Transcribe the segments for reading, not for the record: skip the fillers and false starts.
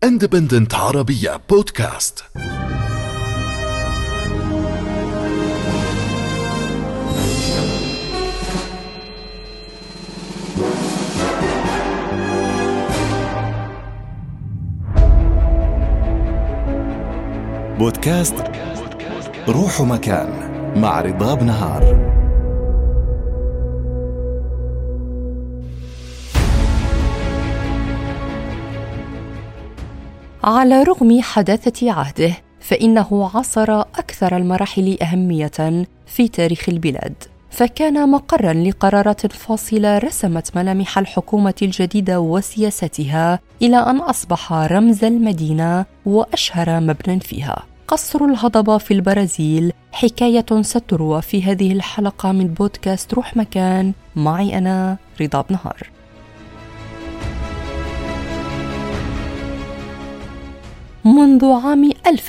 Independent عربية بودكاست. بودكاست روح مكان مع رضا بنهار. على رغم حداثة عهده، فإنه عاصر أكثر المراحل أهمية في تاريخ البلاد، فكان مقراً لقرارات فاصلة رسمت ملامح الحكومة الجديدة وسياستها، إلى أن أصبح رمز المدينة وأشهر مبنى فيها. قصر الهضبة في البرازيل حكاية ستروى في هذه الحلقة من بودكاست روح مكان، معي أنا رضا بنهار. منذ عام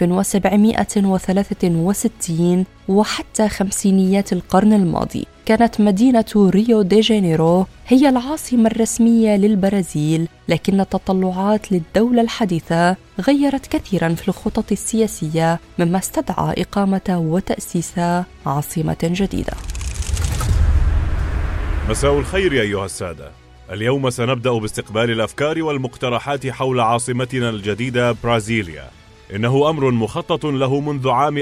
1763 وحتى خمسينيات القرن الماضي، كانت مدينة ريو دي جانيرو هي العاصمة الرسمية للبرازيل، لكن التطلعات للدولة الحديثة غيرت كثيراً في الخطط السياسية، مما استدعى إقامة وتأسيس عاصمة جديدة. مساء الخير أيها السادة. اليوم سنبدأ باستقبال الأفكار والمقترحات حول عاصمتنا الجديدة برازيليا. إنه أمر مخطط له منذ عام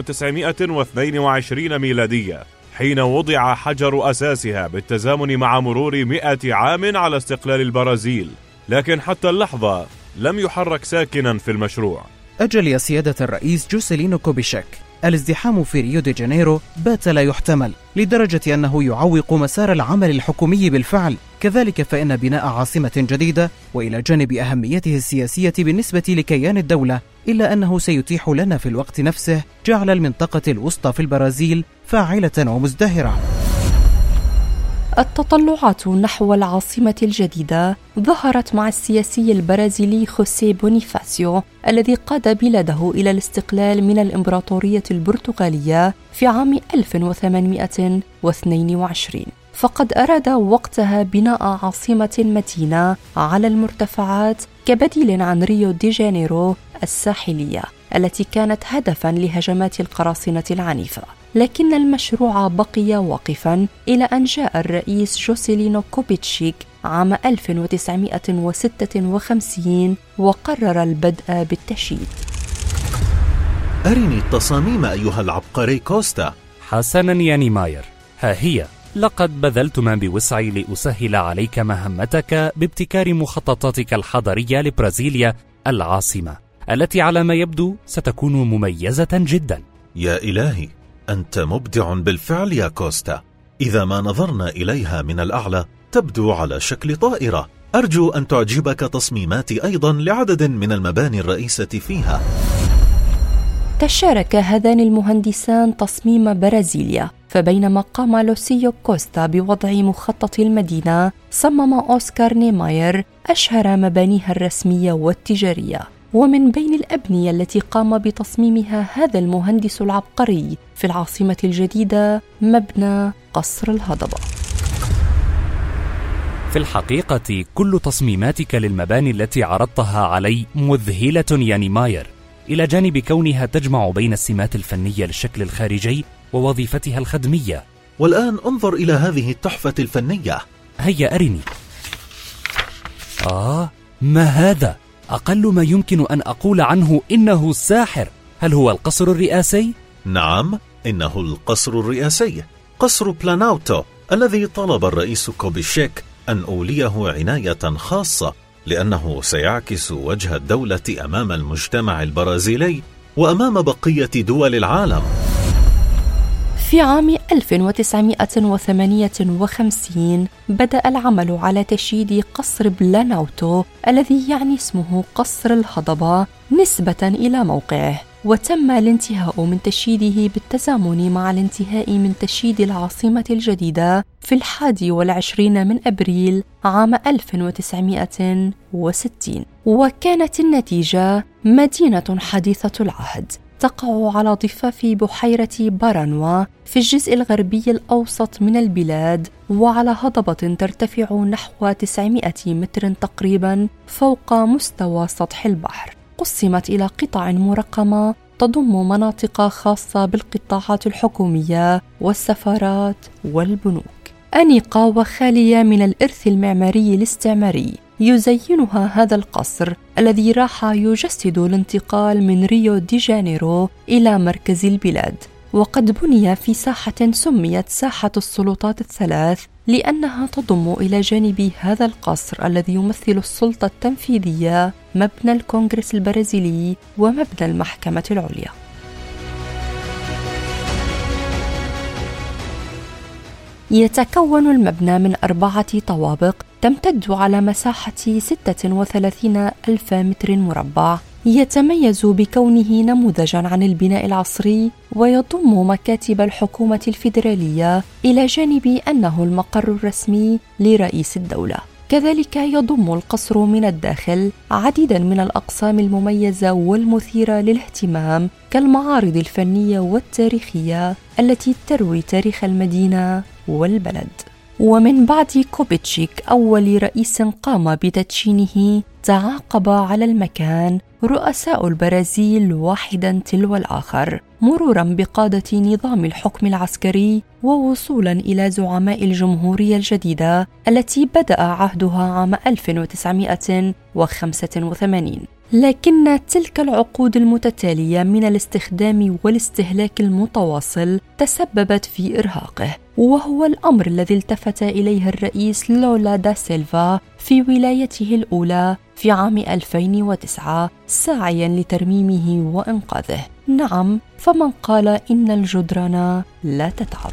1922 ميلادية، حين وضع حجر أساسها بالتزامن مع مرور 100 عام على استقلال البرازيل، لكن حتى اللحظة لم يحرك ساكنا في المشروع. أجل يا سيادة الرئيس جوسيلينو كوبيشيك، الازدحام في ريو دي جانيرو بات لا يحتمل، لدرجة أنه يعوق مسار العمل الحكومي بالفعل. كذلك فإن بناء عاصمة جديدة، وإلى جانب أهميته السياسية بالنسبة لكيان الدولة، إلا أنه سيتيح لنا في الوقت نفسه جعل المنطقة الوسطى في البرازيل فاعلة ومزدهرة. التطلعات نحو العاصمة الجديدة ظهرت مع السياسي البرازيلي خوسيه بونيفاسيو، الذي قاد بلاده إلى الاستقلال من الإمبراطورية البرتغالية في عام 1822. فقد أراد وقتها بناء عاصمة متينة على المرتفعات كبديل عن ريو دي جانيرو الساحلية التي كانت هدفاً لهجمات القراصنة العنيفة. لكن المشروع بقي واقفاً إلى أن جاء الرئيس جوسيلينو كوبيتشيك عام 1956 وقرر البدء بالتشييد. أرني التصاميم أيها العبقري كوستا. حسناً يا نيماير، ها هي. لقد بذلت ما بوسعي لأسهل عليك مهمتك بابتكار مخططاتك الحضرية لبرازيليا العاصمة، التي على ما يبدو ستكون مميزة جدا. يا إلهي، أنت مبدع بالفعل يا كوستا. إذا ما نظرنا إليها من الأعلى تبدو على شكل طائرة. أرجو أن تعجبك تصميماتي أيضا لعدد من المباني الرئيسة فيها. تشارك هذان المهندسان تصميم برازيليا، فبينما قام لوسيو كوستا بوضع مخطط المدينة، صمم أوسكار نيماير أشهر مبانيها الرسمية والتجارية. ومن بين الأبنية التي قام بتصميمها هذا المهندس العبقري في العاصمة الجديدة مبنى قصر الهضبة. في الحقيقة كل تصميماتك للمباني التي عرضتها علي مذهلة يا نيماير، إلى جانب كونها تجمع بين السمات الفنية للشكل الخارجي ووظيفتها الخدمية. والآن انظر إلى هذه التحفة الفنية. هيا أرني. ما هذا؟ أقل ما يمكن أن أقول عنه إنه ساحر. هل هو القصر الرئاسي؟ نعم، إنه القصر الرئاسي، قصر بلاناوتو، الذي طلب الرئيس كوبيشيك أن أوليه عناية خاصة، لأنه سيعكس وجه الدولة أمام المجتمع البرازيلي وأمام بقية دول العالم. في عام 1958 بدأ العمل على تشييد قصر بلاناوتو، الذي يعني اسمه قصر الهضبة نسبة إلى موقعه، وتم الانتهاء من تشييده بالتزامن مع الانتهاء من تشييد العاصمة الجديدة في 21 من أبريل عام 1960. وكانت النتيجة مدينة حديثة العهد تقع على ضفاف بحيرة بارانوا في الجزء الغربي الأوسط من البلاد، وعلى هضبة ترتفع نحو 900 متر تقريبا فوق مستوى سطح البحر. قسمت إلى قطع مرقمة تضم مناطق خاصة بالقطاعات الحكومية والسفارات والبنوك، أنيقة وخالية من الإرث المعماري الاستعماري. يزينها هذا القصر الذي راح يجسد الانتقال من ريو دي جانيرو إلى مركز البلاد، وقد بني في ساحة سميت ساحة السلطات الثلاث لأنها تضم إلى جانب هذا القصر الذي يمثل السلطة التنفيذية مبنى الكونغرس البرازيلي ومبنى المحكمة العليا. يتكون المبنى من 4 طوابق تمتد على مساحة 36 ألف متر مربع. يتميز بكونه نموذجاً عن البناء العصري، ويضم مكاتب الحكومة الفيدرالية إلى جانب أنه المقر الرسمي لرئيس الدولة. كذلك يضم القصر من الداخل عديداً من الأقسام المميزة والمثيرة للاهتمام كالمعارض الفنية والتاريخية التي تروي تاريخ المدينة والبلد. ومن بعد كوبيتشيك أول رئيس قام بتدشينه، تعاقب على المكان رؤساء البرازيل واحدا تلو الآخر، مرورا بقادة نظام الحكم العسكري ووصولا إلى زعماء الجمهورية الجديدة التي بدأ عهدها عام 1985. لكن تلك العقود المتتالية من الاستخدام والاستهلاك المتواصل تسببت في إرهاقه، وهو الأمر الذي التفت إليه الرئيس لولا دا سيلفا في ولايته الأولى في عام 2009 ساعياً لترميمه وإنقاذه. نعم، فمن قال إن الجدران لا تتعب.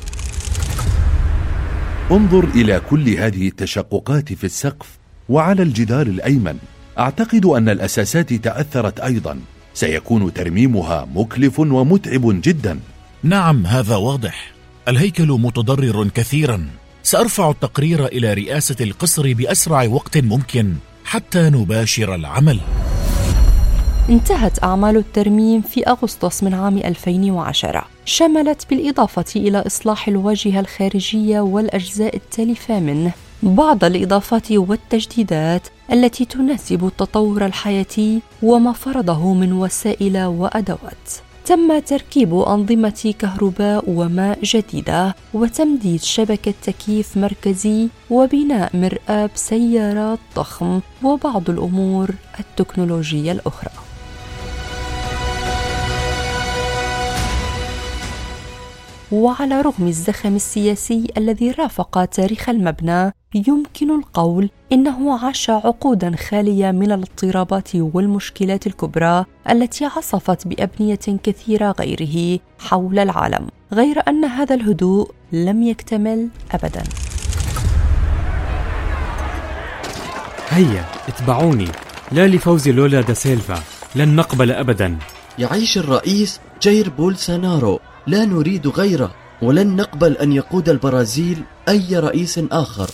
انظر إلى كل هذه التشققات في السقف وعلى الجدار الأيمن. أعتقد أن الأساسات تأثرت أيضا. سيكون ترميمها مكلف ومتعب جدا. نعم، هذا واضح. الهيكل متضرر كثيرا. سأرفع التقرير إلى رئاسة القصر بأسرع وقت ممكن حتى نباشر العمل. انتهت أعمال الترميم في أغسطس من عام 2010. شملت بالإضافة إلى إصلاح الواجهة الخارجية والأجزاء التالفة منه بعض الإضافات والتجديدات التي تناسب التطور الحياتي وما فرضه من وسائل وأدوات. تم تركيب أنظمة كهرباء وماء جديدة، وتمديد شبكة تكييف مركزي، وبناء مرآب سيارات ضخم، وبعض الأمور التكنولوجية الأخرى. وعلى رغم الزخم السياسي الذي رافق تاريخ المبنى، يمكن القول إنه عاش عقوداً خالية من الاضطرابات والمشكلات الكبرى التي عصفت بأبنية كثيرة غيره حول العالم، غير أن هذا الهدوء لم يكتمل أبداً. هيا اتبعوني، لا لفوز لولا دا سيلفا، لن نقبل أبداً. يعيش الرئيس جاير بولسونارو، لا نريد غيره، ولن نقبل أن يقود البرازيل أي رئيس آخر.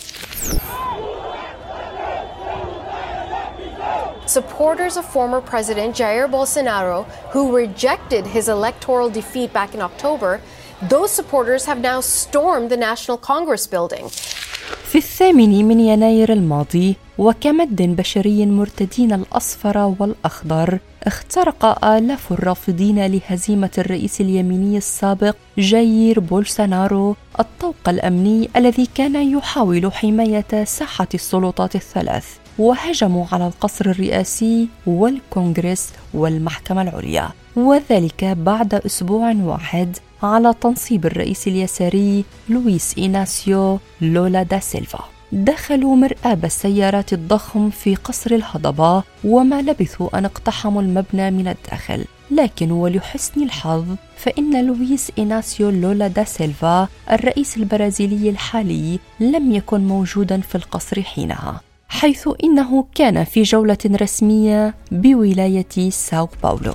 Supporters of former President Jair Bolsonaro, who rejected his electoral defeat back in October, those supporters have now stormed the National Congress building. في 8 من يناير الماضي، وكمد بشري مرتدين الأصفر والأخضر، اخترق آلاف الرافضين لهزيمة الرئيس اليميني السابق جاير بولسونارو الطوق الأمني الذي كان يحاول حماية ساحة السلطات الثلاث، وهجموا على القصر الرئاسي والكونغرس والمحكمة العليا، وذلك بعد أسبوع واحد على تنصيب الرئيس اليساري لويس إيناسيو لولا دا سيلفا. دخلوا مرآب السيارات الضخم في قصر الهضبة، وما لبثوا أن اقتحموا المبنى من الداخل، لكن ولحسن الحظ فإن لويس إيناسيو لولا دا سيلفا الرئيس البرازيلي الحالي لم يكن موجودا في القصر حينها، حيث إنه كان في جولة رسمية بولاية ساو باولو.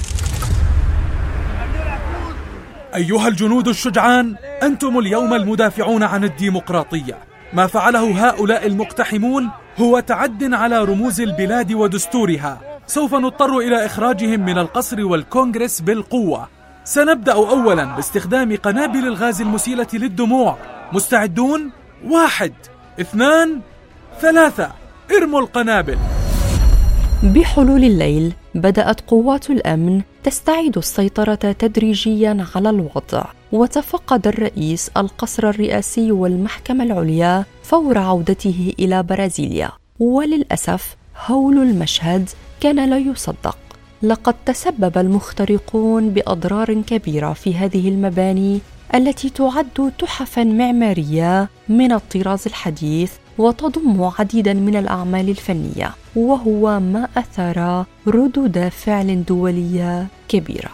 أيها الجنود الشجعان، أنتم اليوم المدافعون عن الديمقراطية. ما فعله هؤلاء المقتحمون هو تعد على رموز البلاد ودستورها. سوف نضطر إلى إخراجهم من القصر والكونغرس بالقوة. سنبدأ أولا باستخدام قنابل الغاز المسيلة للدموع. مستعدون؟ 1 2 3 ارموا القنابل. بحلول الليل بدأت قوات الأمن تستعيد السيطرة تدريجياً على الوضع، وتفقد الرئيس القصر الرئاسي والمحكمة العليا فور عودته إلى برازيليا. وللأسف هول المشهد كان لا يصدق. لقد تسبب المخترقون بأضرار كبيرة في هذه المباني التي تعد تحفاً معمارية من الطراز الحديث، وتضم عديداً من الأعمال الفنية، وهو ما أثار ردود فعل دولية كبيرة.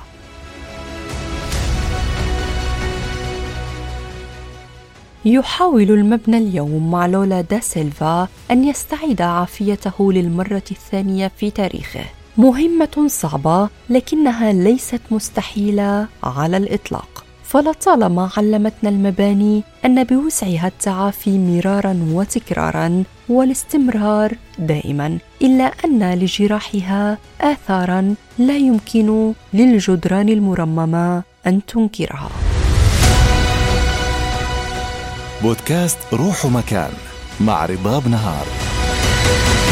يحاول المبنى اليوم مع لولا دا سيلفا أن يستعيد عافيته للمرة الثانية في تاريخه. مهمة صعبة لكنها ليست مستحيلة على الإطلاق، فلطالما علمتنا المباني أن بوسعها التعافي مرارا وتكرارا والاستمرار دائما، إلا أن لجراحها آثارا لا يمكن للجدران المرممة أن تنكرها. بودكاست روح مكان مع رباب نهار.